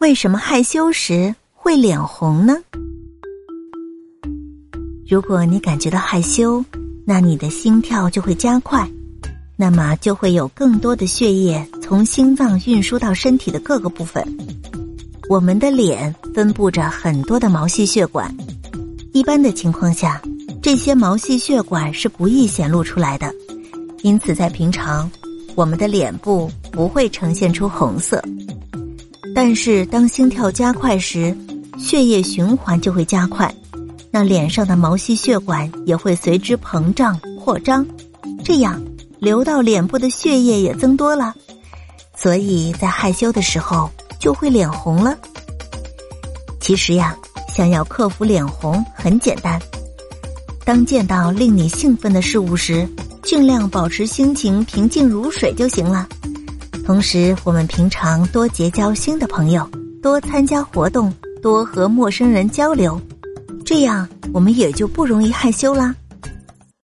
为什么害羞时会脸红呢？如果你感觉到害羞，那你的心跳就会加快，那么就会有更多的血液从心脏运输到身体的各个部分。我们的脸分布着很多的毛细血管，一般的情况下，这些毛细血管是不易显露出来的，因此在平常，我们的脸部不会呈现出红色。但是当心跳加快时，血液循环就会加快，那脸上的毛细血管也会随之膨胀扩张，这样流到脸部的血液也增多了，所以在害羞的时候就会脸红了。其实呀，想要克服脸红很简单，当见到令你兴奋的事物时，尽量保持心情平静如水就行了。同时我们平常多结交新的朋友，多参加活动，多和陌生人交流，这样我们也就不容易害羞啦。